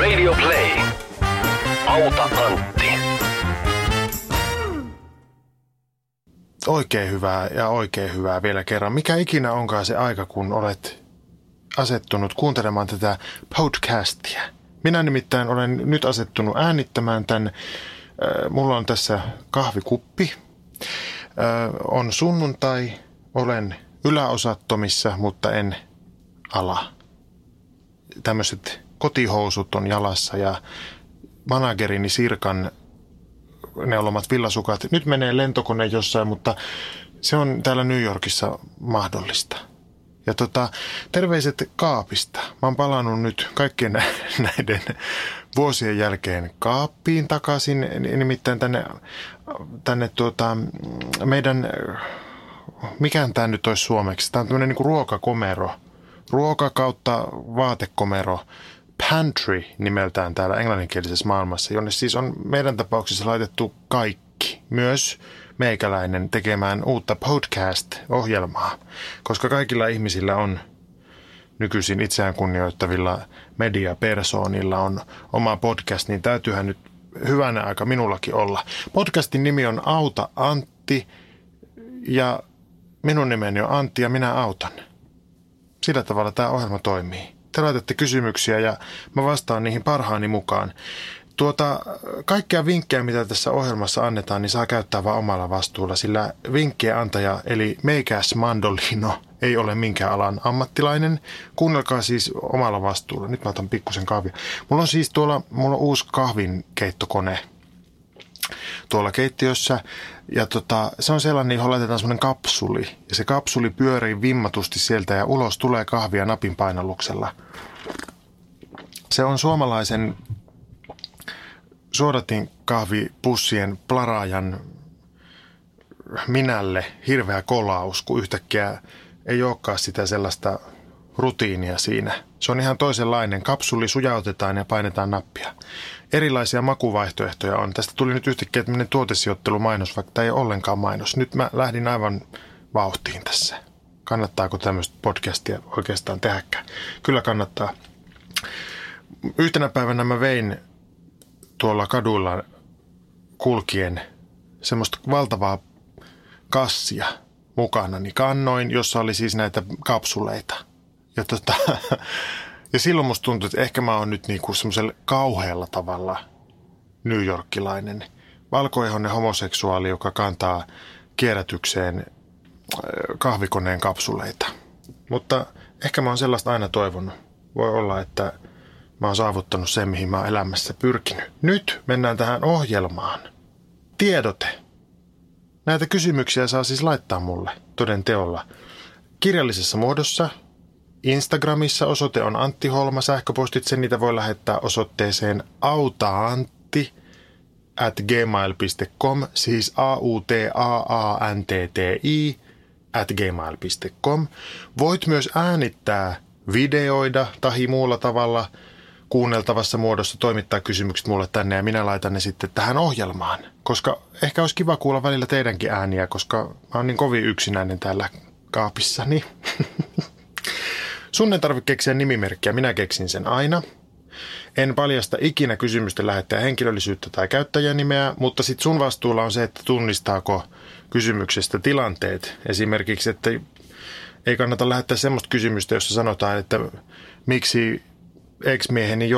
Radio Play. Auta Antti. Oikein hyvää vielä kerran. Mikä ikinä onkaan se aika, kun olet asettunut kuuntelemaan tätä podcastia. Minä nimittäin olen nyt asettunut äänittämään tämän. Mulla on tässä kahvikuppi. On sunnuntai. Olen yläosattomissa, mutta en ala. Tämmöiset kotihousut on jalassa ja managerini Sirkan neulomat villasukat. Nyt menee lentokone jossain, mutta se on täällä New Yorkissa mahdollista. Ja terveiset kaapista. Mä oon palannut nyt kaikkien näiden vuosien jälkeen kaappiin takaisin. Nimittäin tänne meidän, mikään tää nyt olisi suomeksi. Tää on tämmönen niinku ruokakomero. Ruoka kautta vaatekomero. Pantry nimeltään täällä englanninkielisessä maailmassa, jonne siis on meidän tapauksessa laitettu kaikki, myös meikäläinen tekemään uutta podcast-ohjelmaa, koska kaikilla ihmisillä on nykyisin itseään kunnioittavilla mediapersoonilla on oma podcast, niin täytyyhän nyt hyvänä aika minullakin olla. Podcastin nimi on Auta Antti ja minun nimeni on Antti ja minä autan. Sillä tavalla tämä ohjelma toimii. Te laitatte kysymyksiä ja mä vastaan niihin parhaani mukaan. Kaikkea vinkkejä, mitä tässä ohjelmassa annetaan, niin saa käyttää vaan omalla vastuulla, sillä vinkkien antaja, eli meikäs Mandolino, ei ole minkään alan ammattilainen. Kuunnelkaa siis omalla vastuulla. Nyt mä otan pikkusen kahvia. Mulla on uusi kahvinkeittokone tuolla keittiössä. Ja se on sellainen, johon laitetaan semmoinen kapsuli. Ja se kapsuli pyörii vimmatusti sieltä ja ulos tulee kahvia napin painalluksella. Se on suomalaisen suodatin kahvipussien Plarajan minälle hirveä kolaus, kun yhtäkkiä ei olekaan sitä sellaista rutiinia siinä. Se on ihan toisenlainen. Kapsuli sujautetaan ja painetaan nappia. Erilaisia makuvaihtoehtoja on. Tästä tuli nyt yhtäkkiä tämmöinen tuotesijoittelumainos, vaikka tämä ei ole ollenkaan mainos. Nyt mä lähdin aivan vauhtiin tässä. Kannattaako tämmöistä podcastia oikeastaan tehdäkään? Kyllä kannattaa. Yhtenä päivänä mä vein tuolla kaduilla kulkien semmoista valtavaa kassia mukanani. Kannoin, jossa oli siis näitä kapsuleita. Ja silloin musta tuntui, että ehkä mä oon nyt niinku semmoisella kauhealla tavalla newyorkilainen. Valkoihoinen homoseksuaali, joka kantaa kierrätykseen kahvikoneen kapsuleita. Mutta ehkä mä oon sellaista aina toivonut. Voi olla, että mä oon saavuttanut sen, mihin mä oon elämässä pyrkinyt. Nyt mennään tähän ohjelmaan. Tiedote. Näitä kysymyksiä saa siis laittaa mulle toden teolla. Kirjallisessa muodossa. Instagramissa osoite on Antti Holma, sähköpostitse niitä voi lähettää osoitteeseen autaantti@gmail.com, siis autaantti@gmail.com. Voit myös äänittää, videoida tai muulla tavalla kuunneltavassa muodossa toimittaa kysymykset mulle tänne ja minä laitan ne sitten tähän ohjelmaan, koska ehkä olisi kiva kuulla välillä teidänkin ääniä, koska mä oon niin kovin yksinäinen täällä kaapissani. Sun ei tarvitse keksiä nimimerkkiä, minä keksin sen aina. En paljasta ikinä kysymysten lähettäjän henkilöllisyyttä tai käyttäjänimeä, mutta sit sun vastuulla on se, että tunnistaako kysymyksestä tilanteet. Esimerkiksi, että ei kannata lähettää semmoista kysymystä, jossa sanotaan, että miksi ex-mieheni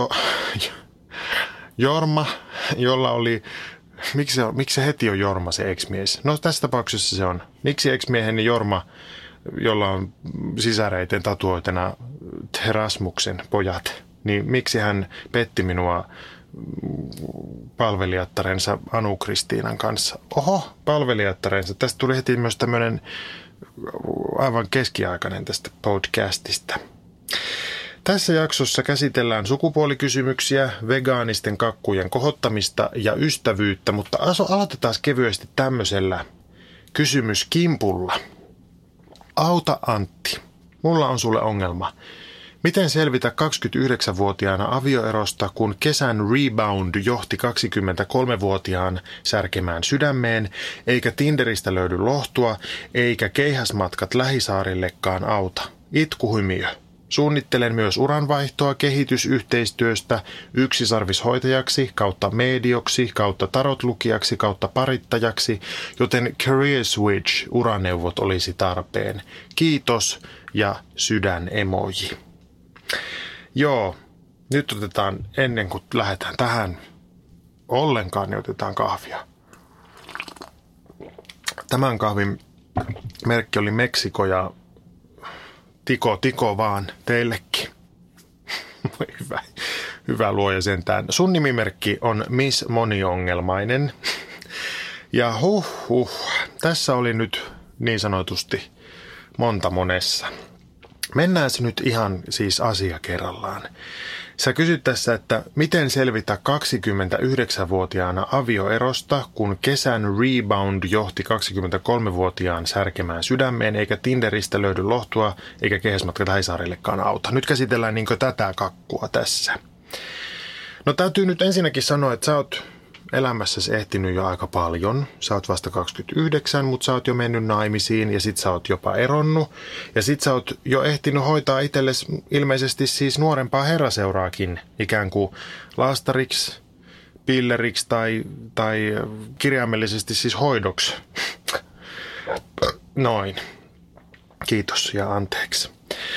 Jorma, jolla oli, miksi se heti on Jorma se ex-mies? No tässä tapauksessa se on. Miksi ex-mieheni Jorma, jolla on sisäreiden tatuoitena Terasmuksen pojat, niin miksi hän petti minua palvelijattarensa Anu-Kristiinan kanssa? Oho, palvelijattarensa. Tästä tuli heti myös tämmöinen aivan keskiaikainen tästä podcastista. Tässä jaksossa käsitellään sukupuolikysymyksiä, vegaanisten kakkujen kohottamista ja ystävyyttä, mutta aloitetaan kevyesti tämmöisellä kysymyskimpulla. Auta Antti, mulla on sulle ongelma. Miten selvitä 29-vuotiaana avioerosta, kun kesän rebound johti 23-vuotiaan särkemään sydämeen, eikä Tinderistä löydy lohtua, eikä keihäsmatkat lähisaarillekaan auta? Itkuhymiö. Suunnittelen myös uranvaihtoa kehitysyhteistyöstä yksisarvishoitajaksi kautta medioksi kautta tarotlukijaksi kautta parittajaksi, joten career switch uraneuvot olisi tarpeen. Kiitos ja sydänemoji. Joo, nyt otetaan ennen kuin lähdetään tähän ollenkaan, niin otetaan kahvia. Tämän kahvin merkki oli Meksiko ja tiko vaan teillekin. Hyvä luoja sentään. Sun nimimerkki on Miss Moniongelmainen. Ja tässä oli nyt niin sanotusti monta monessa. Mennään nyt ihan siis asia kerrallaan. Sä kysyt tässä, että miten selvitä 29-vuotiaana avioerosta, kun kesän rebound johti 23-vuotiaan särkemään sydämeen, eikä Tinderistä löydy lohtua, eikä kehäsmatka Taisaarillekaan auta. Nyt käsitellään niinkö tätä kakkua tässä. No täytyy nyt ensinnäkin sanoa, että sä oot elämässäsi ehtinyt jo aika paljon. Sä oot vasta 29, mutta sä oot jo mennyt naimisiin ja sit sä oot jopa eronnut. Ja sit sä oot jo ehtinyt hoitaa itsellesi ilmeisesti siis nuorempaa herraseuraakin ikään kuin laastariksi, pilleriksi tai kirjaimellisesti siis hoidoksi. Noin. Kiitos ja anteeksi.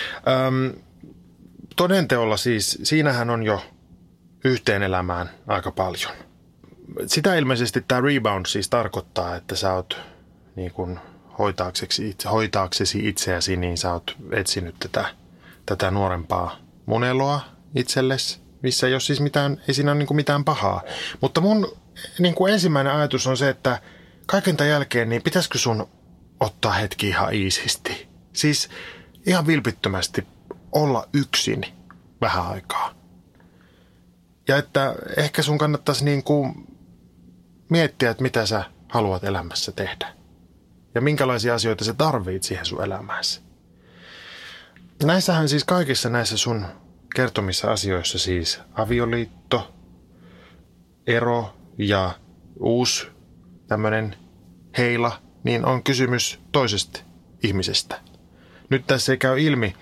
Todenteolla siis, siinähän on jo yhteen elämään aika paljon. Sitä ilmeisesti tämä rebound siis tarkoittaa, että sä oot niin kun hoitaaksesi itseäsi, niin sä oot etsinyt tätä nuorempaa muneloa itsellesi, missä ei ole siis mitään, ei siinä ole niin kuin mitään pahaa. Mutta mun niin kuin ensimmäinen ajatus on se, että kaiken tämän jälkeen, niin pitäisikö sun ottaa hetki ihan iisisti? Siis ihan vilpittömästi olla yksin vähän aikaa. Ja että ehkä sun kannattaisi niin kuin miettiä, että mitä sä haluat elämässä tehdä. Ja minkälaisia asioita sä tarvitset siihen sun elämääsi. Näissähän siis kaikissa näissä sun kertomissa asioissa siis avioliitto, ero ja uusi tämmöinen heila, niin on kysymys toisesta ihmisestä. Nyt tässä ei käy ilmi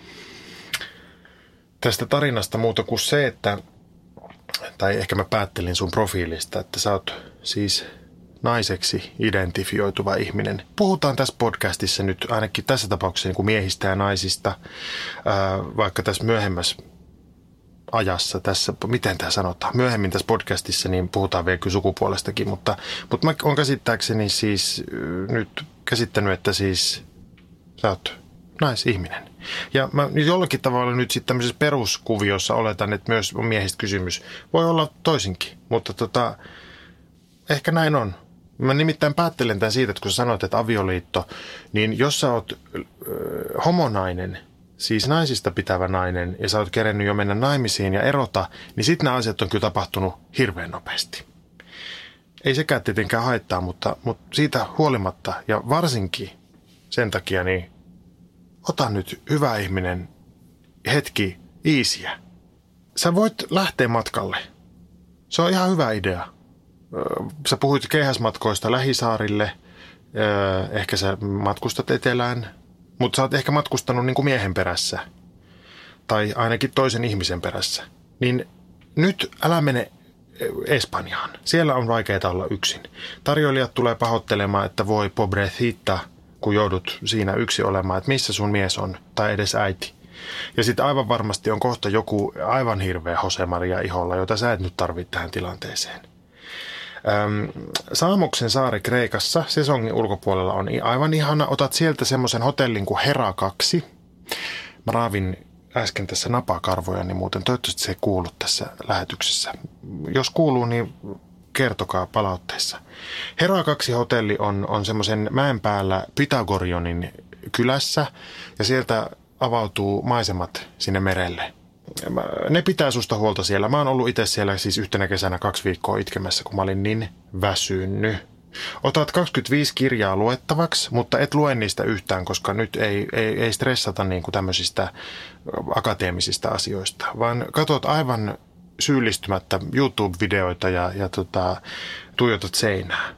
tästä tarinasta muuta kuin se, että tai ehkä mä päättelin sun profiilista, että sä oot siis naiseksi identifioituva ihminen. Puhutaan tässä podcastissa nyt ainakin tässä tapauksessa niin kuin miehistä ja naisista, vaikka tässä myöhemmässä ajassa, tässä, miten tämä sanotaan, myöhemmin tässä podcastissa niin puhutaan vielä kyllä sukupuolestakin, mutta mä oon käsittääkseni siis nyt käsittänyt, että siis sä oot naisihminen. Ja mä jollakin tavalla nyt sitten tämmöisessä peruskuviossa oletan, että myös on miehistä kysymys. Voi olla toisinkin, mutta ehkä näin on. Mä nimittäin päättelen tämän siitä, että kun sä sanoit, että avioliitto, niin jos sä oot homonainen, siis naisista pitävä nainen, ja sä oot kerennyt jo mennä naimisiin ja erota, niin sitten nämä asiat on kyllä tapahtunut hirveän nopeasti. Ei sekään tietenkään haittaa, mutta siitä huolimatta ja varsinkin sen takia, niin ota nyt hyvä ihminen hetki iisiä. Sä voit lähteä matkalle. Se on ihan hyvä idea. Sä puhuit keihäsmatkoista lähisaarille. Ehkä sä matkustat etelään, mutta sä oot ehkä matkustanut niin kuin miehen perässä. Tai ainakin toisen ihmisen perässä. Niin nyt älä mene Espanjaan. Siellä on vaikeaa olla yksin. Tarjoilijat tulee pahoittelemaan, että voi pobrecita, kun joudut siinä yksi olemaan, että missä sun mies on, tai edes äiti. Ja sitten aivan varmasti on kohta joku aivan hirveä Jose Maria iholla, jota sä et nyt tarvitse tähän tilanteeseen. Saamoksen saari Kreikassa, sesongin ulkopuolella on aivan ihana. Otat sieltä semmoisen hotellin kuin Hera 2. Mä raavin äsken tässä napakarvoja, niin muuten toivottavasti se ei kuulu tässä lähetyksessä. Jos kuuluu, niin kertokaa palautteessa. Hera 2 hotelli on semmoisen mäen päällä Pythagorionin kylässä ja sieltä avautuu maisemat sinne merelle. Ne pitää susta huolta siellä. Mä oon ollut itse siellä siis yhtenä kesänä 2 viikkoa itkemässä, kun mä olin niin väsynyt. Otat 25 kirjaa luettavaksi, mutta et lue niistä yhtään, koska nyt ei stressata niin kuin tämmöisistä akateemisista asioista, vaan katot aivan syyllistymättä YouTube-videoita ja tuijotat seinää.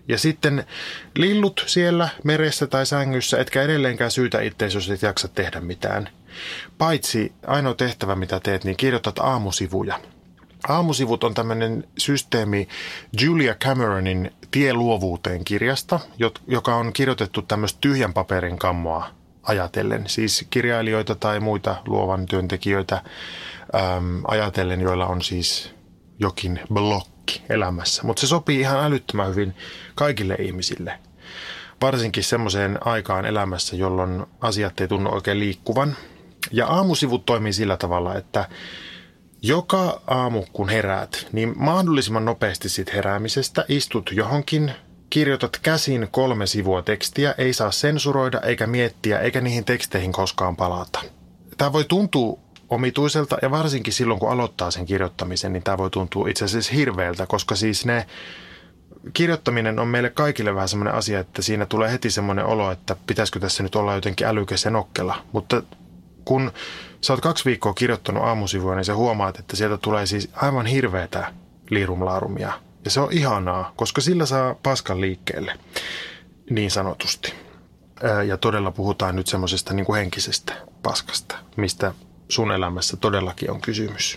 Ja sitten lillut siellä meressä tai sängyssä, etkä edelleenkään syytä itseäsi, jos et jaksa tehdä mitään. Paitsi ainoa tehtävä, mitä teet, niin kirjoitat aamusivuja. Aamusivut on tämmöinen systeemi Julia Cameronin Tie luovuuteen -kirjasta, joka on kirjoitettu tämmöistä tyhjän paperin kammoa ajatellen. Siis kirjailijoita tai muita luovan työntekijöitä ajatellen, joilla on siis jokin blokki elämässä. Mutta se sopii ihan älyttömän hyvin kaikille ihmisille. Varsinkin semmoiseen aikaan elämässä, jolloin asiat ei tunnu oikein liikkuvan. Ja aamusivut toimii sillä tavalla, että joka aamu kun heräät, niin mahdollisimman nopeasti sit heräämisestä istut johonkin, kirjoitat käsin 3 sivua tekstiä, ei saa sensuroida eikä miettiä eikä niihin teksteihin koskaan palata. Tämä voi tuntua omituiselta ja varsinkin silloin kun aloittaa sen kirjoittamisen, niin tämä voi tuntua itse asiassa hirveältä, koska siis kirjoittaminen on meille kaikille vähän semmoinen asia, että siinä tulee heti semmoinen olo, että pitäisikö tässä nyt olla jotenkin älykäs ja nokkela, mutta kun sä oot 2 viikkoa kirjoittanut aamusivua, niin sä huomaat, että sieltä tulee siis aivan hirveätä liirumlaarumia. Ja se on ihanaa, koska sillä saa paskan liikkeelle, niin sanotusti. Ja todella puhutaan nyt semmoisesta niin kuin henkisestä paskasta, mistä sun elämässä todellakin on kysymys.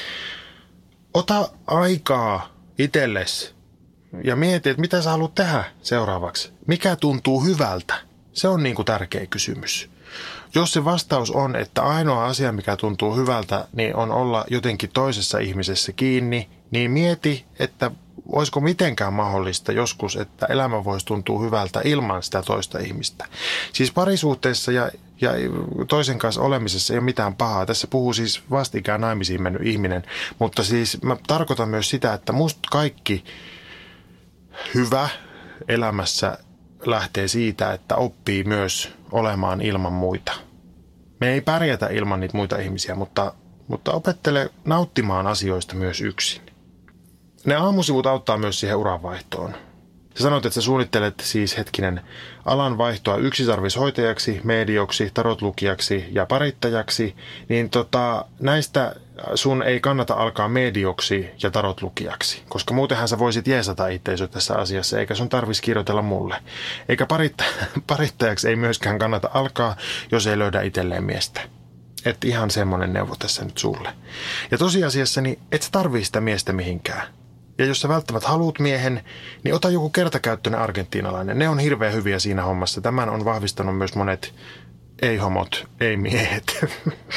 Ota aikaa itsellesi ja mieti, että mitä sä haluat tehdä seuraavaksi. Mikä tuntuu hyvältä? Se on niin kuin tärkeä kysymys. Jos se vastaus on, että ainoa asia, mikä tuntuu hyvältä, niin on olla jotenkin toisessa ihmisessä kiinni, niin mieti, että olisiko mitenkään mahdollista joskus, että elämä voisi tuntua hyvältä ilman sitä toista ihmistä. Siis parisuhteessa ja toisen kanssa olemisessa ei ole mitään pahaa. Tässä puhuu siis vastikään naimisiin mennyt ihminen, mutta siis mä tarkoitan myös sitä, että musta kaikki hyvä elämässä lähtee siitä, että oppii myös olemaan ilman muita. Me ei pärjätä ilman niitä muita ihmisiä, mutta opettele nauttimaan asioista myös yksin. Ne aamusivut auttaa myös siihen uranvaihtoon. Sä sanoit, että sä suunnittelet siis alan vaihtoa yksisarvishoitajaksi, medioksi, tarotlukijaksi ja parittajaksi, niin näistä sun ei kannata alkaa medioksi ja tarotlukijaksi, koska muutenhan sä voisit jeesata itseäsi tässä asiassa, eikä sun tarvitsisi kirjoitella mulle. Eikä parittajaksi ei myöskään kannata alkaa, jos ei löydä itselleen miestä. Että ihan semmoinen neuvo tässä nyt sulle. Ja tosiasiassa niin et sä tarvii sitä miestä mihinkään. Ja jos sä välttämättä haluut miehen, niin ota joku kertakäyttöinen argentiinalainen. Ne on hirveän hyviä siinä hommassa. Tämän on vahvistanut myös monet ei-homot, ei-miehet.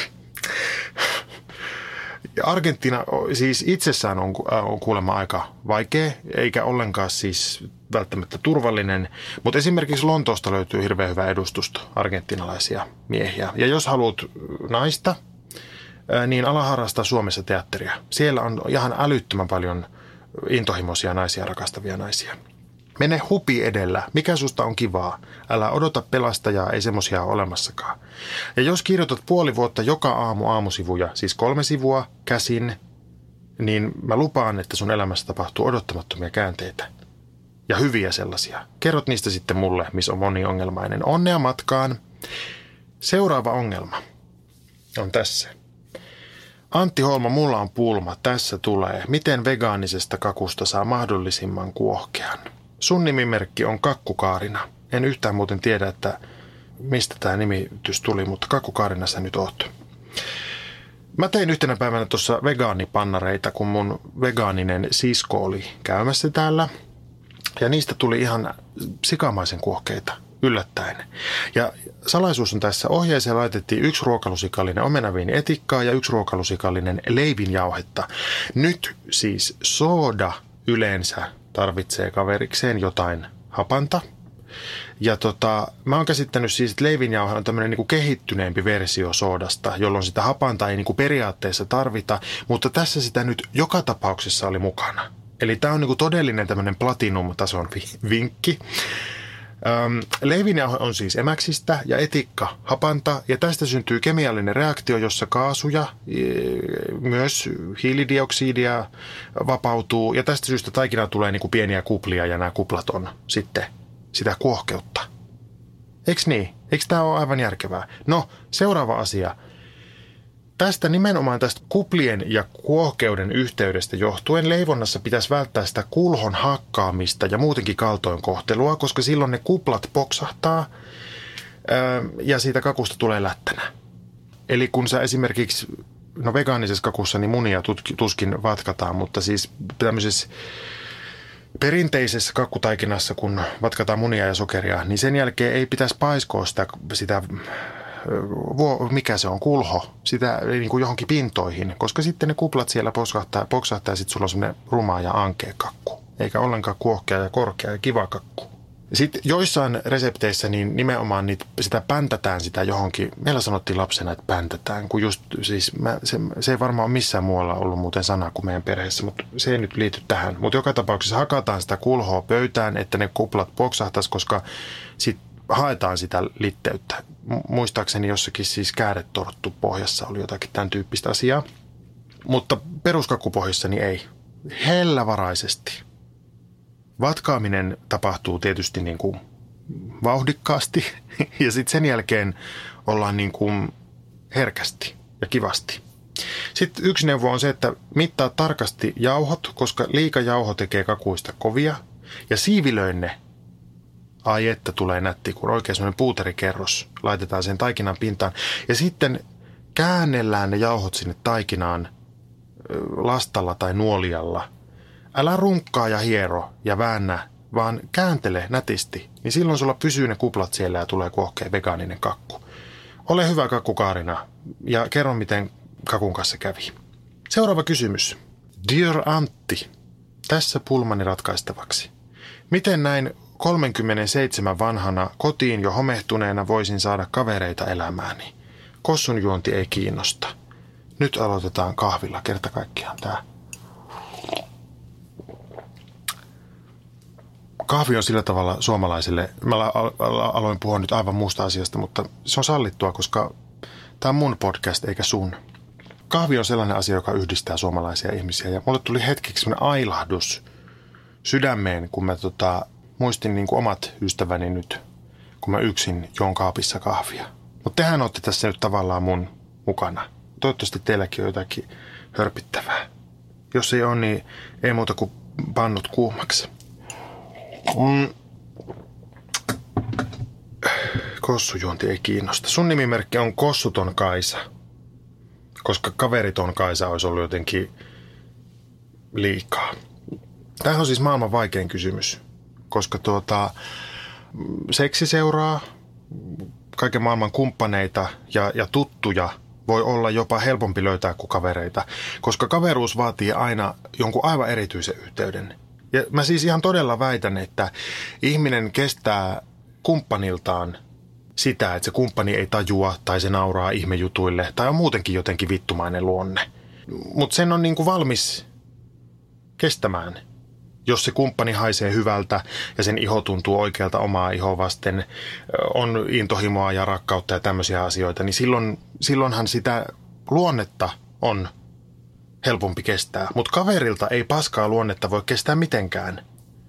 Ja Argentiina siis itsessään on kuulemma aika vaikea, eikä ollenkaan siis välttämättä turvallinen. Mutta esimerkiksi Lontoosta löytyy hirveän hyvä edustusto argentiinalaisia miehiä. Ja jos haluat naista, niin ala harrastaa Suomessa teatteria. Siellä on ihan älyttömän paljon intohimoisia naisia, rakastavia naisia. Mene hupi edellä. Mikä susta on kivaa? Älä odota pelastajaa, ei semmosia ole olemassakaan. Ja jos kirjoitat puoli vuotta joka aamu aamusivuja, siis 3 sivua käsin, niin mä lupaan, että sun elämässä tapahtuu odottamattomia käänteitä. Ja hyviä sellaisia. Kerrot niistä sitten mulle, missä on moniongelmainen. Onnea matkaan. Seuraava ongelma on tässä. Antti Holma, mulla on pulma. Tässä tulee. Miten vegaanisesta kakusta saa mahdollisimman kuohkean? Sun nimimerkki on Kakkukaarina. En yhtään muuten tiedä, että mistä tämä nimitys tuli, mutta Kakkukaarina sä nyt oot. Mä tein yhtenä päivänä tuossa vegaanipannareita, kun mun vegaaninen sisko oli käymässä täällä. Ja niistä tuli ihan sikamaisen kuohkeita yllättäen. Ja salaisuus on tässä. Ohjeeseen laitettiin 1 ruokalusikallinen omenaviinietikkaa ja 1 ruokalusikallinen leivinjauhetta. Nyt siis sooda yleensä tarvitsee kaverikseen jotain hapanta. Ja mä oon käsittänyt siis, että leivinjauhe on tämmöinen niinku kehittyneempi versio soodasta, jolloin sitä hapanta ei niinku periaatteessa tarvita, mutta tässä sitä nyt joka tapauksessa oli mukana. Eli tää on niinku todellinen tämmöinen platinum-tason vinkki. Leivinjauhe on siis emäksistä ja etikka hapanta, ja tästä syntyy kemiallinen reaktio, jossa kaasuja, myös hiilidioksidia vapautuu, ja tästä syystä taikina tulee niin kuin pieniä kuplia, ja nämä kuplat on sitten sitä kuohkeutta. Eiks niin? Eiks tämä ole aivan järkevää? No, seuraava asia. tästä nimenomaan tästä kuplien ja kuohkeuden yhteydestä johtuen leivonnassa pitäisi välttää sitä kulhon hakkaamista ja muutenkin kaltoinkohtelua, koska silloin ne kuplat poksahtaa ja siitä kakusta tulee lättänä. Eli kun sä esimerkiksi, no vegaanisessa kakussa niin munia tuskin vatkataan, mutta siis tämmöisessä perinteisessä kakkutaikinassa, kun vatkataan munia ja sokeria, niin sen jälkeen ei pitäisi paiskoa sitä mikä se on, kulho, sitä niin kuin johonkin pintoihin, koska sitten ne kuplat siellä poksahtaa ja sitten sulla on semmoinen ruma ja ankea kakku, eikä ollenkaan kuohkea ja korkea ja kiva kakku. Sitten joissain resepteissä niin nimenomaan sitä päntätään sitä johonkin, meillä sanottiin lapsena, että päntätään, kun just siis se ei varmaan ole missään muualla ollut muuten sana kuin meidän perheessä, mutta se ei nyt liity tähän. Mutta joka tapauksessa hakataan sitä kulhoa pöytään, että ne kuplat poksahtaisi, koska sitten haetaan sitä litteyttä. Muistaakseni jossakin siis kääretorttu pohjassa oli jotakin tämän tyyppistä asiaa, mutta peruskakkupohjassa niin ei. Hellävaraisesti. Vatkaaminen tapahtuu tietysti niin kuin vauhdikkaasti ja sitten sen jälkeen ollaan niin kuin herkästi ja kivasti. Sitten yksi neuvo on se, että mittaa tarkasti jauhot, koska liika jauho tekee kakuista kovia ja siivilöi ne. Ai että tulee nätti, kun oikein semmoinen puuterikerros laitetaan sen taikinan pintaan. Ja sitten käännellään ne jauhot sinne taikinaan lastalla tai nuolialla. Älä runkkaa ja hiero ja väännä, vaan kääntele nätisti. Niin silloin sulla pysyy ne kuplat siellä ja tulee kuohkea vegaaninen kakku. Ole hyvä kakku Kaarina ja kerro miten kakun kanssa kävi. Seuraava kysymys. Dear Antti, tässä pulmani ratkaistavaksi. Miten näin 37 vanhana kotiin jo homehtuneena voisin saada kavereita elämääni? Kossun juonti ei kiinnosta. Nyt aloitetaan kahvilla kerta kaikkiaan tää. Kahvi on sillä tavalla suomalaisille, mä aloin puhua nyt aivan muusta asiasta, mutta se on sallittua, koska tää on mun podcast eikä sun. Kahvi on sellainen asia, joka yhdistää suomalaisia ihmisiä ja mulle tuli hetkeksi sellainen ailahdus sydämeen, kun mä muistin niin kuin omat ystäväni nyt, kun mä yksin joon kaapissa kahvia. Mutta tehän olette tässä nyt tavallaan mun mukana. Toivottavasti teilläkin on jotakin hörpittävää. Jos ei ole, niin ei muuta kuin pannut kuumaksi. Kossujuonti ei kiinnosta. Sun nimimerkki on Kossuton Kaisa, koska kaveriton Kaisa olisi ollut jotenkin liikaa. Tämä on siis maailman vaikein kysymys, koska seksi seuraa, kaiken maailman kumppaneita ja tuttuja voi olla jopa helpompi löytää kuin kavereita, koska kaveruus vaatii aina jonkun aivan erityisen yhteyden. Ja mä siis ihan todella väitän, että ihminen kestää kumppaniltaan sitä, että se kumppani ei tajua tai se nauraa ihmejutuille tai on muutenkin jotenkin vittumainen luonne. Mutta sen on niinku valmis kestämään, jos se kumppani haisee hyvältä ja sen iho tuntuu oikealta omaa ihoa vasten, on intohimoa ja rakkautta ja tämmöisiä asioita, niin silloinhan sitä luonnetta on helpompi kestää. Mutta kaverilta ei paskaa luonnetta voi kestää mitenkään.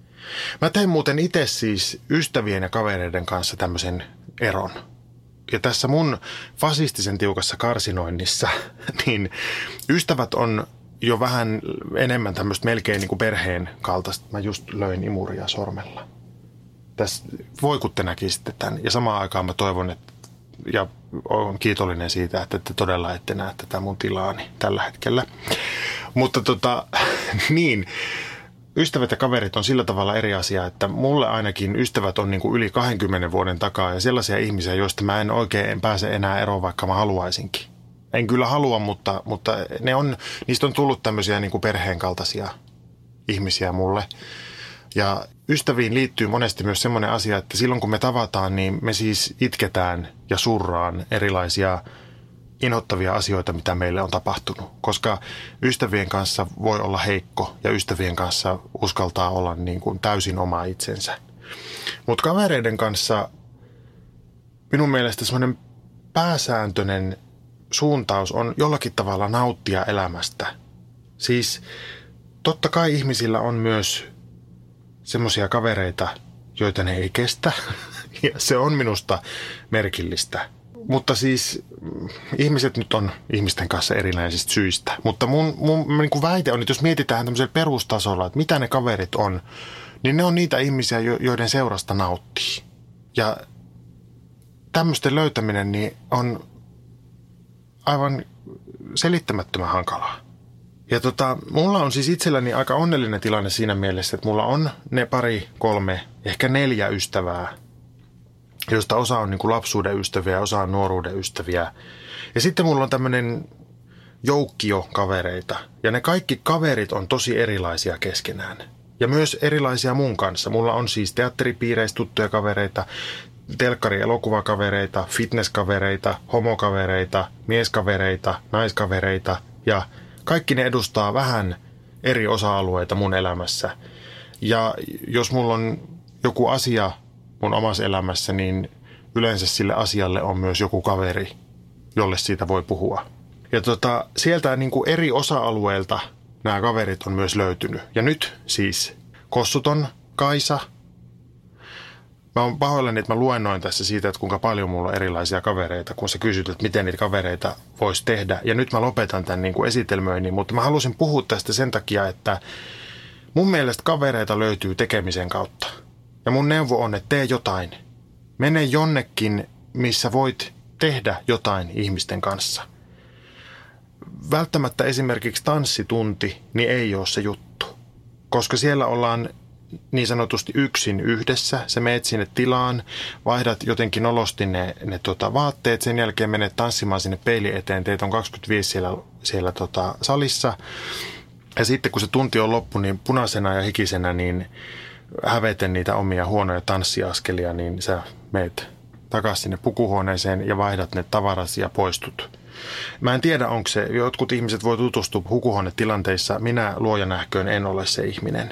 Mä tein muuten itse siis ystävien ja kavereiden kanssa tämmöisen eron. Ja tässä mun fasistisen tiukassa karsinoinnissa, niin ystävät on jo vähän enemmän tämmöistä melkein niin kuin perheen kaltaista. Mä just löin imuria sormella. Tässä voi kun te näkisitte tämän. Ja samaan aikaan mä toivon, että, ja olen kiitollinen siitä, että te todella ette näe tätä mun tilaani tällä hetkellä. Mutta niin, ystävät ja kaverit on sillä tavalla eri asia, että mulle ainakin ystävät on niin kuin yli 20 vuoden takaa ja sellaisia ihmisiä, joista mä en oikein pääse enää eroon, vaikka mä haluaisinkin. En kyllä halua, mutta niistä on tullut tämmöisiä niin kuin perheen kaltaisia ihmisiä mulle. Ja ystäviin liittyy monesti myös semmoinen asia, että silloin kun me tavataan, niin me siis itketään ja surraan erilaisia inhottavia asioita, mitä meille on tapahtunut. Koska ystävien kanssa voi olla heikko ja ystävien kanssa uskaltaa olla niin kuin täysin oma itsensä. Mutta kavereiden kanssa minun mielestä semmoinen pääsääntöinen suuntaus on jollakin tavalla nauttia elämästä. Siis totta kai ihmisillä on myös semmoisia kavereita, joita ne ei kestä. Ja se on minusta merkillistä. Mutta siis ihmiset nyt on ihmisten kanssa erinäisistä syistä. Mutta mun niin kuin väite on, että jos mietitään tämmöisellä perustasolla, että mitä ne kaverit on, niin ne on niitä ihmisiä, joiden seurasta nauttii. Ja tämmöisten löytäminen niin on aivan selittämättömän hankalaa. Ja mulla on siis itselläni aika onnellinen tilanne siinä mielessä, että mulla on ne 2, 3, ehkä 4 ystävää, joista osa on niin kuin lapsuuden ystäviä, osa on nuoruuden ystäviä. Ja sitten mulla on tämmöinen joukkio kavereita. Ja ne kaikki kaverit on tosi erilaisia keskenään. Ja myös erilaisia mun kanssa. Mulla on siis teatteripiireissä tuttuja kavereita, telkkari-elokuvakavereita, fitnesskavereita, homokavereita, mieskavereita, naiskavereita. Ja kaikki ne edustaa vähän eri osa-alueita mun elämässä. Ja jos mulla on joku asia mun omassa elämässä, niin yleensä sille asialle on myös joku kaveri, jolle siitä voi puhua. Ja sieltä niin kuin eri osa-alueilta nämä kaverit on myös löytynyt. Ja nyt siis Kossuton Kaisa. Mä oon pahoillani, että mä luennoin tässä siitä, että kuinka paljon mulla on erilaisia kavereita, kun sä kysyt, että miten niitä kavereita voisi tehdä. Ja nyt mä lopetan tämän niin kuin esitelmöinnin, mutta mä halusin puhua tästä sen takia, että mun mielestä kavereita löytyy tekemisen kautta. Ja mun neuvo on, että tee jotain. Mene jonnekin, missä voit tehdä jotain ihmisten kanssa. Välttämättä esimerkiksi tanssitunti, niin ei ole se juttu. Koska siellä ollaan niin sanotusti yksin yhdessä. Sä meet sinne tilaan, vaihdat jotenkin olosti ne vaatteet, sen jälkeen menet tanssimaan sinne peilin eteen. Teitä on 25 siellä salissa. Ja sitten kun se tunti on loppu, niin punaisena ja hikisenä, niin häveten niitä omia huonoja tanssiaskelia, niin sä meet takaisin sinne pukuhuoneeseen ja vaihdat ne tavarasi ja poistut. Mä en tiedä, onko se, jotkut ihmiset voi tutustua pukuhuonetilanteissa, minä luoja nähköön en ole se ihminen.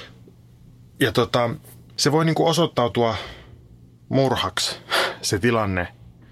Ja se voi niinku osoittautua murhaksi se tilanne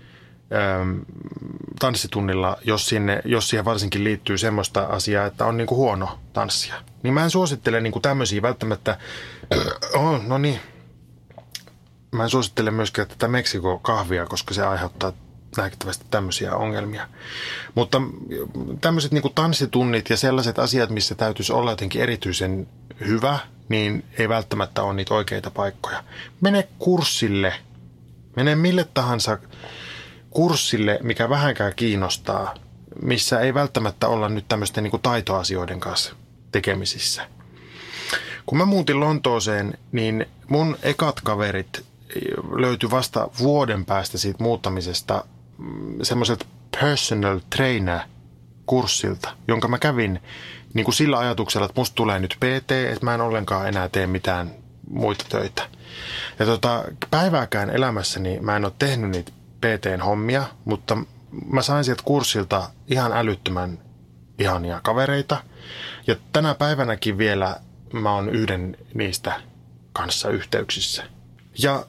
tanssitunnilla, jos siihen varsinkin liittyy semmoista asiaa, että on niinku huono tanssia. Niin mä en suosittele niinku tämmöisiä välttämättä, no niin, mä en suosittele myöskään tätä Meksiko-kahvia, koska se aiheuttaa nähtävästi tämmöisiä ongelmia. Mutta tämmöiset niinku tanssitunnit ja sellaiset asiat, missä täytyisi olla jotenkin erityisen hyvä, niin ei välttämättä ole niitä oikeita paikkoja. Mene kurssille, mene mille tahansa kurssille, mikä vähänkään kiinnostaa, missä ei välttämättä olla nyt tämmöisten niinku taitoasioiden kanssa tekemisissä. Kun mä muutin Lontooseen, niin mun ekat kaverit löytyi vasta vuoden päästä siitä muuttamisesta semmoiselta personal trainer kurssilta, jonka mä kävin niin kuin sillä ajatuksella, että musta tulee nyt PT, että mä en ollenkaan enää tee mitään muita töitä. Ja päivääkään elämässäni mä en ole tehnyt niitä PT-hommia, mutta mä sain sieltä kurssilta ihan älyttömän ihania kavereita. Ja tänä päivänäkin vielä mä oon yhden niistä kanssa yhteyksissä. Ja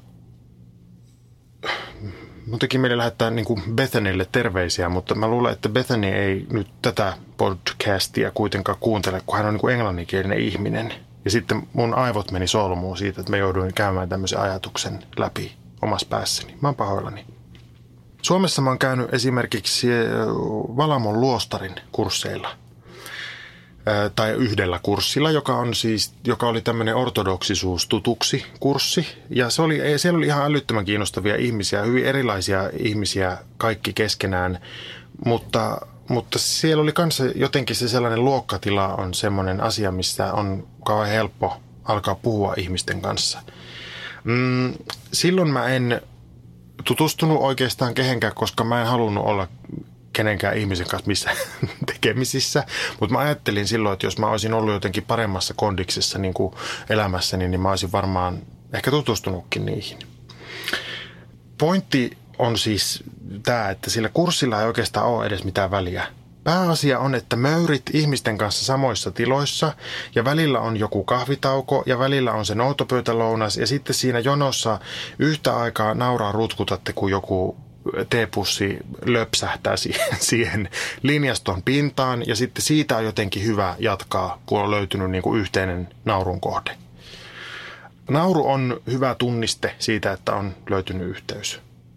mun teki meille lähettää niin kuin Bethanylle terveisiä, mutta mä luulen, että Bethany ei nyt tätä podcastia kuitenkaan kuuntele, kun hän on niin kuin englanninkielinen ihminen. Ja sitten mun aivot meni solmuun siitä, että mä jouduin käymään tämmöisen ajatuksen läpi omassa päässäni. Mä oon pahoillani. Suomessa mä oon käynyt esimerkiksi Valamon luostarin kursseilla. Tai yhdellä kurssilla, joka oli tämmöinen ortodoksisuus tutuksi kurssi. Ja siellä oli ihan älyttömän kiinnostavia ihmisiä, hyvin erilaisia ihmisiä kaikki keskenään, mutta siellä oli kanssa jotenkin se sellainen luokkatila on semmoinen asia, missä on kauhean helppo alkaa puhua ihmisten kanssa. Silloin mä en tutustunut oikeastaan kehenkään, koska mä en halunnut olla kenenkään ihmisen kanssa missään tekemisissä, mutta mä ajattelin silloin, että jos mä olisin ollut jotenkin paremmassa kondiksessa niin kuin elämässäni, niin mä olisin varmaan ehkä tutustunutkin niihin. Pointti on siis tämä, että sillä kurssilla ei oikeastaan ole edes mitään väliä. Pääasia on, että möyrit ihmisten kanssa samoissa tiloissa ja välillä on joku kahvitauko ja välillä on se noutopöytälounas ja sitten siinä jonossa yhtä aikaa nauraa rutkutatte, kun joku teepussi löpsähtää siihen linjaston pintaan ja sitten siitä on jotenkin hyvä jatkaa, kun on löytynyt niin kuin yhteinen naurun kohde. Nauru on hyvä tunniste siitä, että on löytynyt yhteys.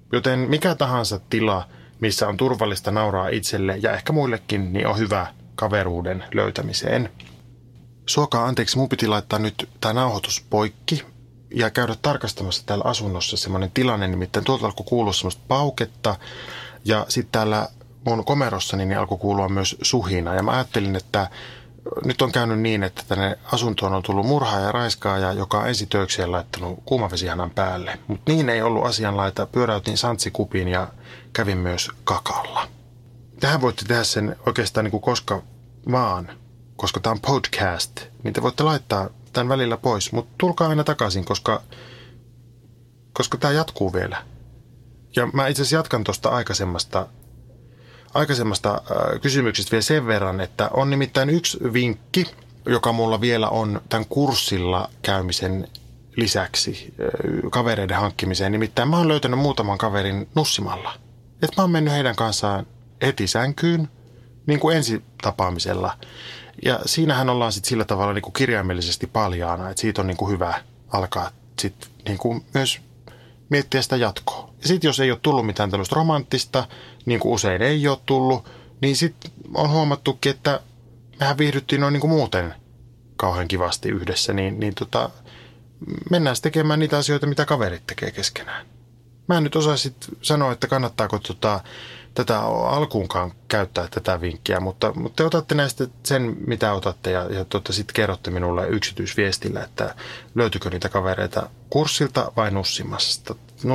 Joten mikä tahansa tila, missä on turvallista nauraa itselle ja ehkä muillekin, niin on hyvä kaveruuden löytämiseen. Suokaa anteeksi, mun piti laittaa nyt tämä nauhoitus poikki ja käydä tarkastamassa täällä asunnossa semmoinen tilanne, nimittäin tuolta alkoi kuulua semmoista pauketta ja sitten täällä mun komerossani niin alkoi kuulua myös suhina ja mä ajattelin, että nyt on käynyt niin, että tänne asuntoon on tullut murhaaja ja raiskaaja, joka on ensitöikseen laittanut kuumavesihanan päälle. Mutta niin ei ollut asianlaita. Pyöräytin santsikupiin ja kävin myös kakalla. Tähän voitte tehdä sen oikeastaan niin kuin koska vaan, koska tämä on podcast. Niin te voitte laittaa tämän välillä pois, mutta tulkaa aina takaisin, koska tämä jatkuu vielä. Ja mä itse asiassa jatkan tuosta aikaisemmasta kysymyksestä vielä sen verran, että on nimittäin yksi vinkki, joka mulla vielä on tämän kurssilla käymisen lisäksi kavereiden hankkimiseen. Nimittäin mä oon löytänyt muutaman kaverin nussimalla. Että mä oon mennyt heidän kanssaan heti sänkyyn, niin kuin ensitapaamisella. Ja siinähän ollaan sitten sillä tavalla niin kuin kirjaimellisesti paljaana, että siitä on niin kuin hyvä alkaa sitten niin kuin myös miettiä sitä jatkoa. Ja sitten jos ei ole tullut mitään tämmöistä romanttista, niin kuin usein ei ole tullut, niin sitten on huomattukin, että mehän viihdyttiin noin niin kuin muuten kauhean kivasti yhdessä, niin mennään tekemään niitä asioita, mitä kaverit tekee keskenään. Mä en nyt osaa sitten sanoa, että kannattaako tätä alkuunkaan käyttää tätä vinkkiä, mutta te otatte näistä sen, mitä otatte ja sitten kerrotte minulle yksityisviestillä, että löytyykö niitä kavereita kurssilta vai nussimasta.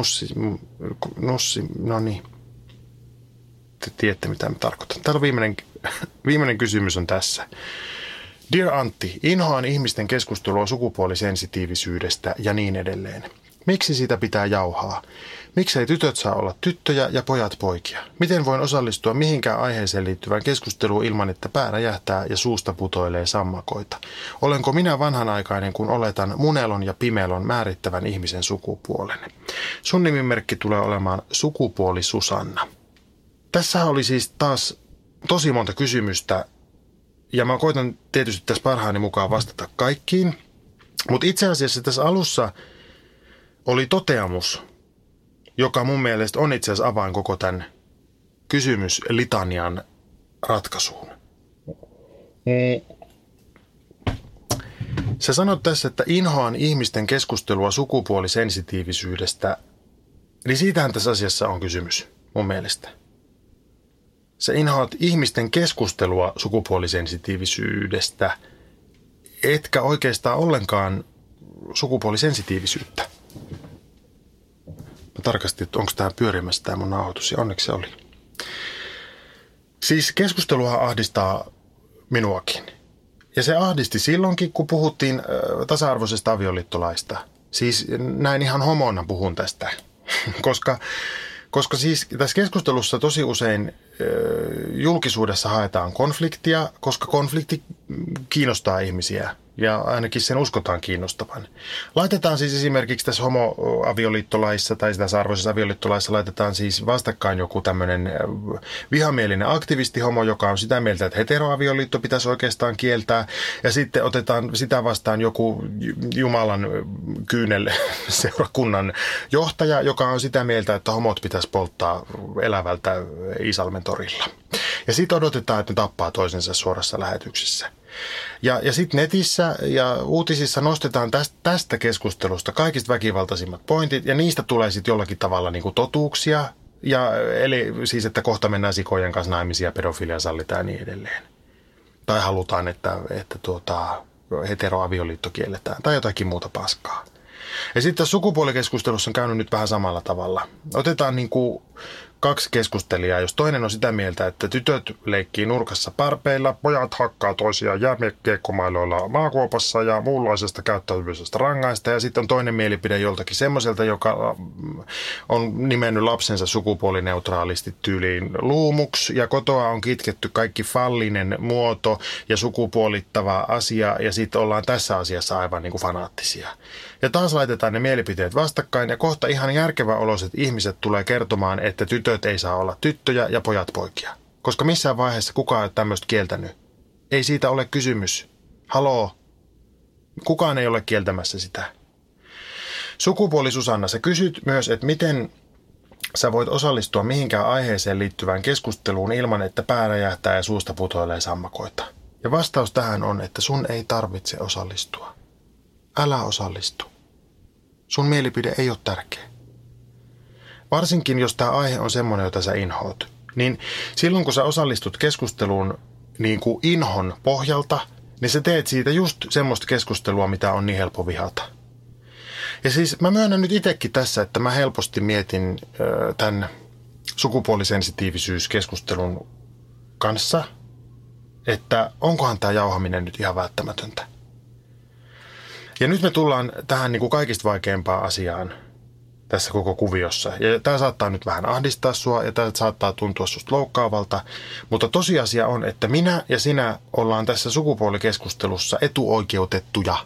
No niin. Te tiedätte, mitä mä tarkoitan. Täällä on viimeinen kysymys on tässä. Dear Antti, inhoan ihmisten keskustelua sukupuolisensitiivisyydestä ja niin edelleen. Miksi siitä pitää jauhaa? Miksei tytöt saa olla tyttöjä ja pojat poikia? Miten voin osallistua mihinkään aiheeseen liittyvään keskusteluun ilman, että pää räjähtää ja suusta putoilee sammakoita? Olenko minä vanhanaikainen, kun oletan munelon ja pimelon määrittävän ihmisen sukupuolen? Sun nimimerkki tulee olemaan sukupuoli Susanna. Tässä oli siis taas tosi monta kysymystä ja mä koitan tietysti tässä parhaani mukaan vastata kaikkiin. Mutta itse asiassa tässä alussa oli toteamus, joka mun mielestä on itse asiassa avain koko tämän kysymyslitanian ratkaisuun. Sä sanot tässä, että inhoan ihmisten keskustelua sukupuolisensitiivisyydestä, niin siitähän tässä asiassa on kysymys mun mielestä. Sä inhoat ihmisten keskustelua sukupuolisensitiivisyydestä, etkä oikeastaan ollenkaan sukupuolisensitiivisyyttä. Mä tarkastin, että onko tämä pyörimässä tämä mun nauhoitus, ja onneksi se oli. Siis keskusteluhan ahdistaa minuakin. Ja se ahdisti silloinkin, kun puhuttiin tasa-arvoisesta avioliittolaista. Siis näin ihan homona puhun tästä, koska siis tässä keskustelussa tosi usein julkisuudessa haetaan konfliktia, koska konflikti kiinnostaa ihmisiä ja ainakin sen uskotaan kiinnostavan. Laitetaan siis esimerkiksi tässä homoavioliittolaissa tai tässä arvoisessa avioliittolaissa laitetaan siis vastakkain joku tämmöinen vihamielinen aktivistihomo, joka on sitä mieltä, että heteroavioliitto pitäisi oikeastaan kieltää ja sitten otetaan sitä vastaan joku Jumalan kyynel seurakunnan johtaja, joka on sitä mieltä, että homot pitäisi polttaa elävältä Iisalmen torilla. Ja sitten odotetaan, että ne tappaa toisensa suorassa lähetyksessä. Ja sitten netissä ja uutisissa nostetaan tästä keskustelusta kaikista väkivaltaisimmat pointit, ja niistä tulee sitten jollakin tavalla niinku totuuksia, eli siis, että kohta mennään sikojen kanssa naimisiin ja pedofilia sallitaan ja niin edelleen. Tai halutaan, että heteroavioliitto kielletään, tai jotakin muuta paskaa. Ja sitten tässä sukupuolikeskustelussa on käynyt nyt vähän samalla tavalla. Otetaan niinku kaksi keskustelijaa, jos toinen on sitä mieltä, että tytöt leikkii nurkassa parpeilla, pojat hakkaa toisiaan jääkiekkomailoilla maakuopassa ja muunlaisesta käyttäytymisestä rangaista. Ja sitten on toinen mielipide joltakin semmoiselta, joka on nimennyt lapsensa sukupuolineutraalisti tyyliin luumuksi. Ja kotoa on kitketty kaikki fallinen muoto ja sukupuolittava asia ja sitten ollaan tässä asiassa aivan niin kuin fanaattisia. Ja taas laitetaan ne mielipiteet vastakkain ja kohta ihan järkeväoloiset ihmiset tulee kertomaan, että tytöt ei saa olla tyttöjä ja pojat poikia. Koska missään vaiheessa kukaan ei ole tämmöistä kieltänyt. Ei siitä ole kysymys. Haloo. Kukaan ei ole kieltämässä sitä. Sukupuoli Susanna, sä kysyt myös, että miten sä voit osallistua mihinkään aiheeseen liittyvään keskusteluun ilman, että pää räjähtää ja suusta putoilee sammakoita. Ja vastaus tähän on, että sun ei tarvitse osallistua. Älä osallistu. Sun mielipide ei ole tärkeä. Varsinkin, jos tämä aihe on semmoinen, jota sä inhoat, niin silloin kun sä osallistut keskusteluun niin kuin inhon pohjalta, niin sä teet siitä just semmoista keskustelua, mitä on niin helppo vihata. Ja siis mä myönnän nyt itsekin tässä, että mä helposti mietin tämän sukupuolisensitiivisyyskeskustelun kanssa, että onkohan tämä jauhaminen nyt ihan välttämätöntä. Ja nyt me tullaan tähän niin kuin kaikista vaikeimpaan asiaan tässä koko kuviossa. Ja tämä saattaa nyt vähän ahdistaa sua ja tämä saattaa tuntua susta loukkaavalta, mutta tosiasia on, että minä ja sinä ollaan tässä sukupuolikeskustelussa etuoikeutettuja.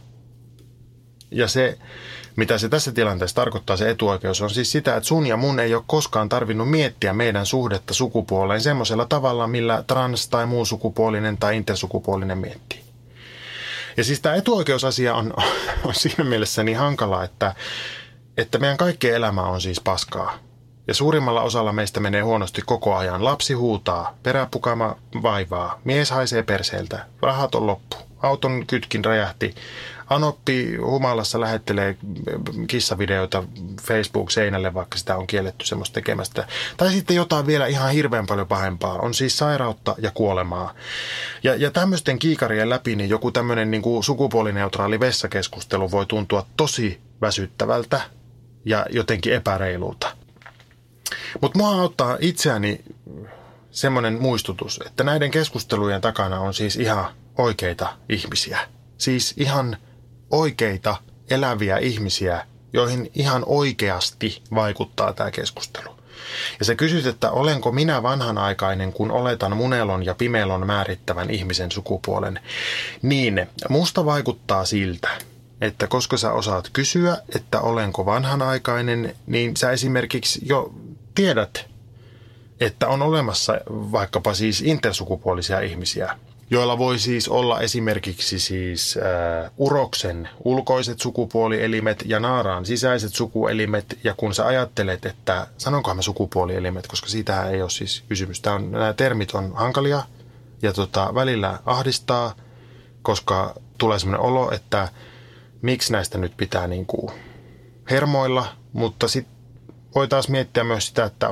Ja se, mitä se tässä tilanteessa tarkoittaa, se etuoikeus, on siis sitä, että sun ja mun ei ole koskaan tarvinnut miettiä meidän suhdetta sukupuoleen semmoisella tavalla, millä trans- tai muu sukupuolinen tai intersukupuolinen miettii. Ja siis tämä etuoikeusasia on siinä mielessä niin hankala, että meidän kaikkien elämä on siis paskaa. Ja suurimmalla osalla meistä menee huonosti koko ajan. Lapsi huutaa, peräpukama vaivaa, mies haisee perseeltä, rahat on loppu, auton kytkin räjähti, anoppi humalassa lähettelee kissavideoita Facebook-seinälle, vaikka sitä on kielletty semmoista tekemästä. Tai sitten jotain vielä ihan hirveän paljon pahempaa. On siis sairautta ja kuolemaa. Ja tämmöisten kiikarien läpi niin joku tämmöinen niin kuin sukupuolineutraali vessakeskustelu voi tuntua tosi väsyttävältä ja jotenkin epäreilulta. Mutta mua auttaa itseäni semmoinen muistutus, että näiden keskustelujen takana on siis ihan oikeita ihmisiä. Siis ihan oikeita eläviä ihmisiä, joihin ihan oikeasti vaikuttaa tämä keskustelu. Ja sä kysyt, että olenko minä vanhanaikainen, kun oletan munelon ja pimelon määrittävän ihmisen sukupuolen. Niin, musta vaikuttaa siltä, että koska sä osaat kysyä, että olenko vanhanaikainen, niin sä esimerkiksi jo tiedät, että on olemassa vaikkapa siis intersukupuolisia ihmisiä, joilla voi siis olla esimerkiksi siis uroksen ulkoiset sukupuolielimet ja naaraan sisäiset sukuelimet. Ja kun sä ajattelet, että sanonkohan mä sukupuolielimet, koska siitähän ei ole siis kysymys. Nämä termit on hankalia ja välillä ahdistaa, koska tulee semmoinen olo, että miksi näistä nyt pitää niin kuin hermoilla, mutta sitten voi taas miettiä myös sitä, että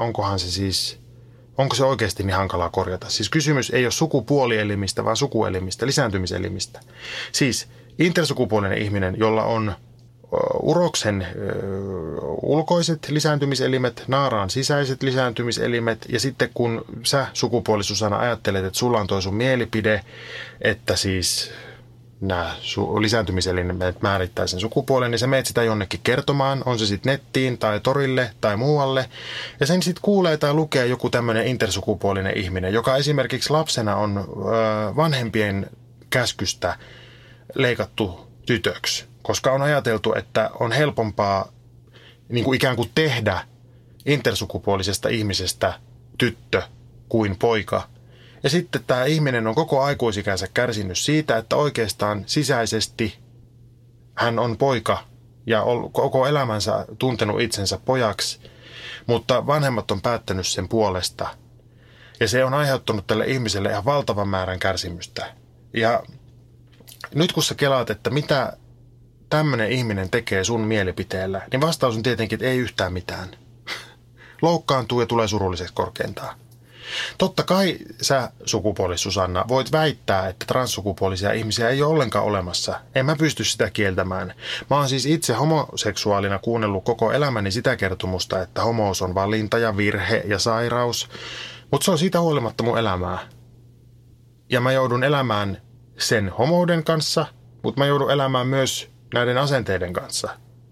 onko se oikeasti niin hankalaa korjata. Siis kysymys ei ole sukupuolielimistä, vaan sukuelimistä, lisääntymiselimistä. Siis intersukupuolinen ihminen, jolla on uroksen ulkoiset lisääntymiselimet, naaraan sisäiset lisääntymiselimet, ja sitten kun sä sukupuolisuusana ajattelet, että sulla on toi sun mielipide, että siis nämä lisääntymiselimet määrittää sen sukupuolen, niin sä meet sitä jonnekin kertomaan, on se sitten nettiin tai torille tai muualle, ja sen sitten kuulee tai lukee joku tämmöinen intersukupuolinen ihminen, joka esimerkiksi lapsena on vanhempien käskystä leikattu tytöksi, koska on ajateltu, että on helpompaa niin kuin ikään kuin tehdä intersukupuolisesta ihmisestä tyttö kuin poika. Ja sitten tämä ihminen on koko aikuisikänsä kärsinyt siitä, että oikeastaan sisäisesti hän on poika ja on koko elämänsä tuntenut itsensä pojaksi, mutta vanhemmat on päättänyt sen puolesta. Ja se on aiheuttanut tälle ihmiselle ihan valtavan määrän kärsimystä. Ja nyt kun sä kelaat, että mitä tämmöinen ihminen tekee sun mielipiteellä, niin vastaus on tietenkin, että ei yhtään mitään. Loukkaantuu ja tulee surulliseksi korkeintaan. Totta kai sä, sukupuoli Susanna, voit väittää, että transsukupuolisia ihmisiä ei ole ollenkaan olemassa. En mä pysty sitä kieltämään. Mä oon siis itse homoseksuaalina kuunnellut koko elämäni sitä kertomusta, että homous on valinta ja virhe ja sairaus. Mutta se on siitä huolimatta mun elämää. Ja mä joudun elämään sen homouden kanssa, mutta mä joudun elämään myös näiden asenteiden kanssa.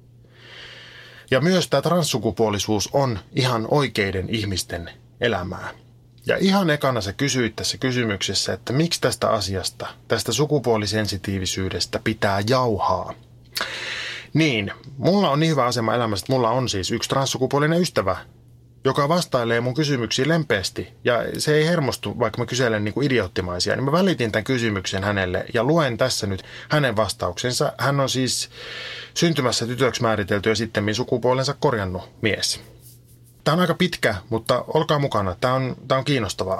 Ja myös tämä transsukupuolisuus on ihan oikeiden ihmisten elämää. Ja ihan ekana sä kysyit tässä kysymyksessä, että miksi tästä asiasta, tästä sukupuolisensitiivisyydestä pitää jauhaa. Niin, mulla on niin hyvä asema elämässä, että mulla on siis yksi transsukupuolinen ystävä, joka vastailee mun kysymyksiin lempeästi. Ja se ei hermostu, vaikka mä kyselen niin kuin idioottimaisia. Niin mä välitin tämän kysymyksen hänelle ja luen tässä nyt hänen vastauksensa. Hän on siis syntymässä tytöksi määritelty ja sittemmin sukupuolensa korjannut mies. Tämä on aika pitkä, mutta olkaa mukana. Tämä on kiinnostavaa.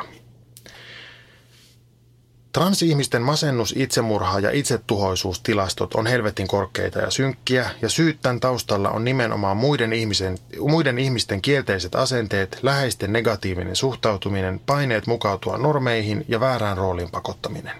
Transihmisten masennus, itsemurha ja itsetuhoisuustilastot on helvetin korkeita ja synkkiä, ja syyt tämän taustalla on nimenomaan muiden ihmisten kielteiset asenteet, läheisten negatiivinen suhtautuminen, paineet mukautua normeihin ja väärään rooliin pakottaminen.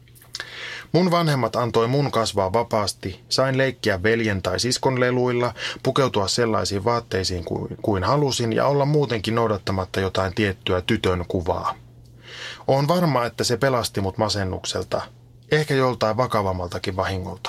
Mun vanhemmat antoi mun kasvaa vapaasti, sain leikkiä veljen tai siskon leluilla, pukeutua sellaisiin vaatteisiin kuin halusin ja olla muutenkin noudattamatta jotain tiettyä tytön kuvaa. Oon varma, että se pelasti mut masennukselta, ehkä joltain vakavammaltakin vahingolta.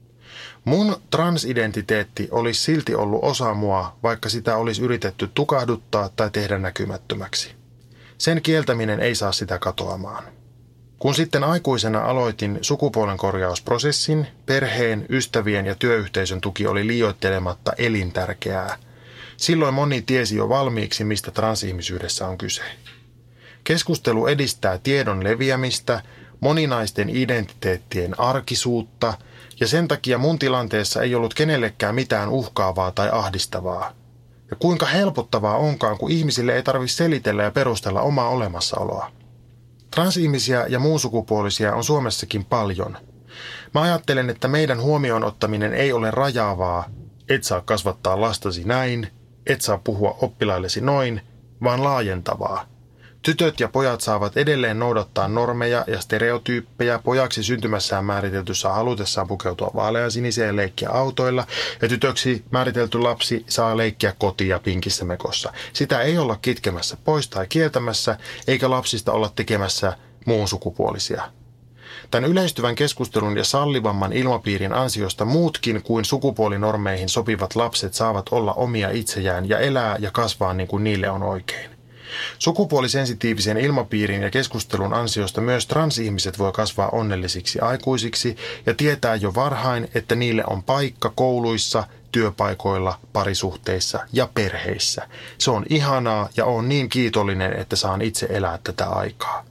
Mun transidentiteetti olisi silti ollut osa mua, vaikka sitä olisi yritetty tukahduttaa tai tehdä näkymättömäksi. Sen kieltäminen ei saa sitä katoamaan. Kun sitten aikuisena aloitin sukupuolenkorjausprosessin, perheen, ystävien ja työyhteisön tuki oli liioittelematta elintärkeää. Silloin moni tiesi jo valmiiksi, mistä transihmisyydessä on kyse. Keskustelu edistää tiedon leviämistä, moninaisten identiteettien arkisuutta, ja sen takia mun tilanteessa ei ollut kenellekään mitään uhkaavaa tai ahdistavaa. Ja kuinka helpottavaa onkaan, kun ihmisille ei tarvitse selitellä ja perustella omaa olemassaoloa. Transihmisiä ja muunsukupuolisia on Suomessakin paljon. Mä ajattelen, että meidän huomioon ottaminen ei ole rajaavaa, et saa kasvattaa lastasi näin, et saa puhua oppilaillesi noin, vaan laajentavaa. Tytöt ja pojat saavat edelleen noudattaa normeja ja stereotyyppejä, pojaksi syntymässään määritelty saa halutessaan pukeutua vaaleansiniseen ja leikkiä autoilla, ja tytöksi määritelty lapsi saa leikkiä kotiin ja pinkissä mekossa. Sitä ei olla kitkemässä pois tai kieltämässä, eikä lapsista olla tekemässä muun sukupuolisia. Tämän yleistyvän keskustelun ja sallivamman ilmapiirin ansiosta muutkin kuin sukupuolinormeihin sopivat lapset saavat olla omia itsejään ja elää ja kasvaa niin kuin niille on oikein. Sukupuolisensitiivisen ilmapiirin ja keskustelun ansiosta myös transihmiset voi kasvaa onnellisiksi aikuisiksi ja tietää jo varhain, että niille on paikka kouluissa, työpaikoilla, parisuhteissa ja perheissä. Se on ihanaa ja olen niin kiitollinen, että saan itse elää tätä aikaa.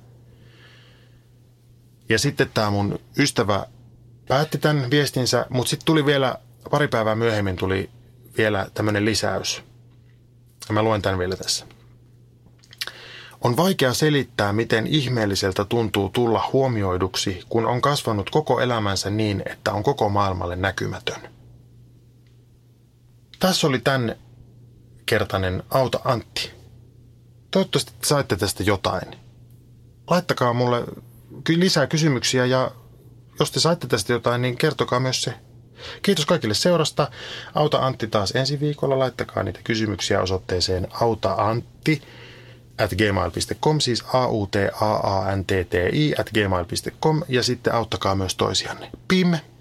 Ja sitten tämä mun ystävä päätti tämän viestinsä, mutta sitten tuli vielä pari päivää myöhemmin tuli vielä tämmöinen lisäys. Ja mä luen tämän vielä tässä. On vaikea selittää, miten ihmeelliseltä tuntuu tulla huomioiduksi, kun on kasvanut koko elämänsä niin, että on koko maailmalle näkymätön. Tässä oli tämän kertainen Auta Antti. Toivottavasti saitte tästä jotain. Laittakaa mulle lisää kysymyksiä ja jos te saitte tästä jotain, niin kertokaa myös se. Kiitos kaikille seurasta. Auta Antti taas ensi viikolla. Laittakaa niitä kysymyksiä osoitteeseen autaantti@gmail.com, siis autaantti@gmail.com ja sitten auttakaa myös toisianne. Pim!